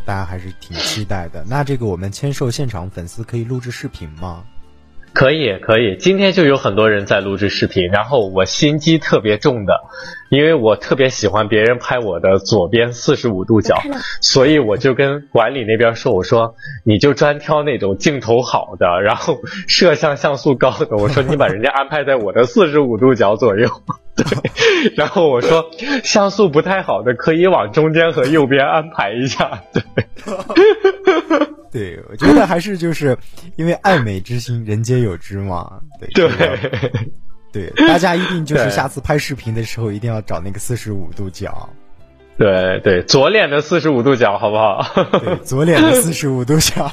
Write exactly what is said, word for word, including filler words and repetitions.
大家还是挺期待的。那这个我们签售现场粉丝可以录制视频吗？ 可以可以，今天就有很多人在录制视频，然后我心机特别重的，因为我特别喜欢别人拍我的左边四十五度角，所以我就跟管理那边说，我说你就专挑那种镜头好的，然后摄像像素高的，我说你把人家安排在我的四十五度角左右，对，然后我说像素不太好的可以往中间和右边安排一下，对。 对，我觉得还是就是因为爱美之心人皆有之嘛，对对对，大家一定就是下次拍视频的时候一定要找那个四十五度角， 对对，左脸的四十五度角好不好？ 对，左脸的四十五度角。